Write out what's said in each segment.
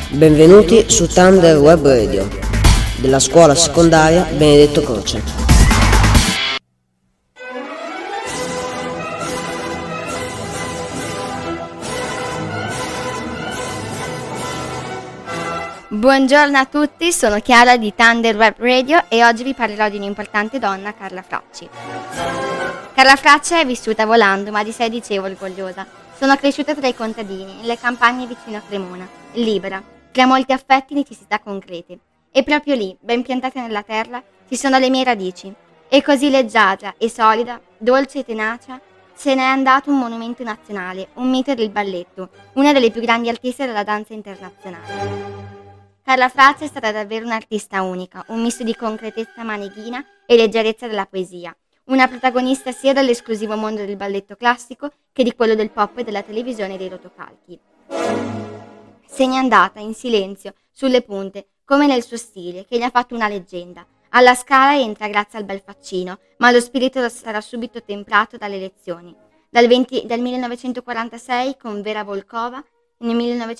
Benvenuti su Thunder Web Radio della scuola secondaria Benedetto Croce. Buongiorno a tutti, sono Chiara di Thunder Web Radio e oggi vi parlerò di un'importante donna, Carla Fracci. Carla Fracci è vissuta volando, ma di sé dicevo orgogliosa. Sono cresciuta tra i contadini, nelle campagne vicino a Cremona, libera, che ha molti affetti e necessità concrete. E proprio lì, ben piantate nella terra, ci sono le mie radici. E così leggiadra e solida, dolce e tenacia, se n'è andato un monumento nazionale, un mito del balletto, una delle più grandi artiste della danza internazionale. Carla Fracci è stata davvero un'artista unica, un misto di concretezza maneghina e leggerezza della poesia, una protagonista sia dell'esclusivo mondo del balletto classico che di quello del pop e della televisione e dei rotocalchi. Se n'è andata in silenzio, sulle punte, come nel suo stile, che gli ha fatto una leggenda. Alla Scala entra grazie al bel faccino, ma lo spirito sarà subito temprato dalle lezioni. Dal 1946 con Vera Volkova, nel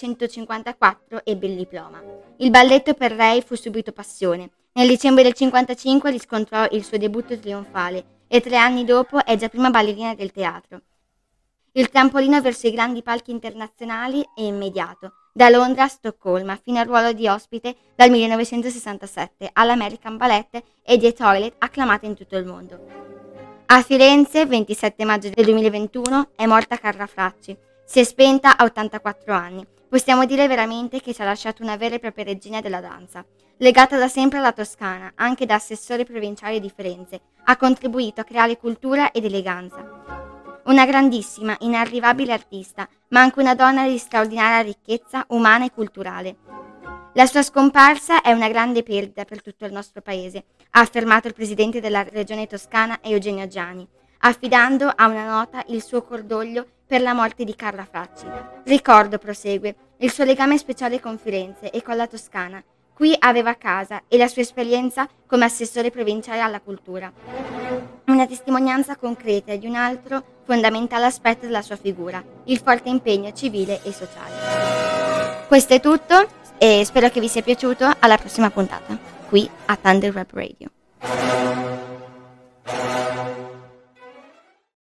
1954 ebbe il diploma. Il balletto per lei fu subito passione. Nel dicembre del 1955 riscontrò il suo debutto trionfale e 3 anni dopo è già prima ballerina del teatro. Il trampolino verso i grandi palchi internazionali è immediato, da Londra a Stoccolma, fino al ruolo di ospite dal 1967 all'American Ballet e The Toilet, acclamata in tutto il mondo. A Firenze, 27 maggio del 2021, è morta Carla Fracci. Si è spenta a 84 anni. Possiamo dire veramente che ci ha lasciato una vera e propria regina della danza. Legata da sempre alla Toscana, anche da assessore provinciale di Firenze, ha contribuito a creare cultura ed eleganza. Una grandissima, inarrivabile artista, ma anche una donna di straordinaria ricchezza umana e culturale. La sua scomparsa è una grande perdita per tutto il nostro paese, ha affermato il presidente della regione toscana Eugenio Giani, affidando a una nota il suo cordoglio per la morte di Carla Fracci. Ricordo, prosegue, il suo legame speciale con Firenze e con la Toscana. Qui aveva casa e la sua esperienza come assessore provinciale alla cultura. Una testimonianza concreta di un altro fondamentale aspetto della sua figura, il forte impegno civile e sociale. Questo è tutto e spero che vi sia piaciuto. Alla prossima puntata, qui a Thunder Web Radio.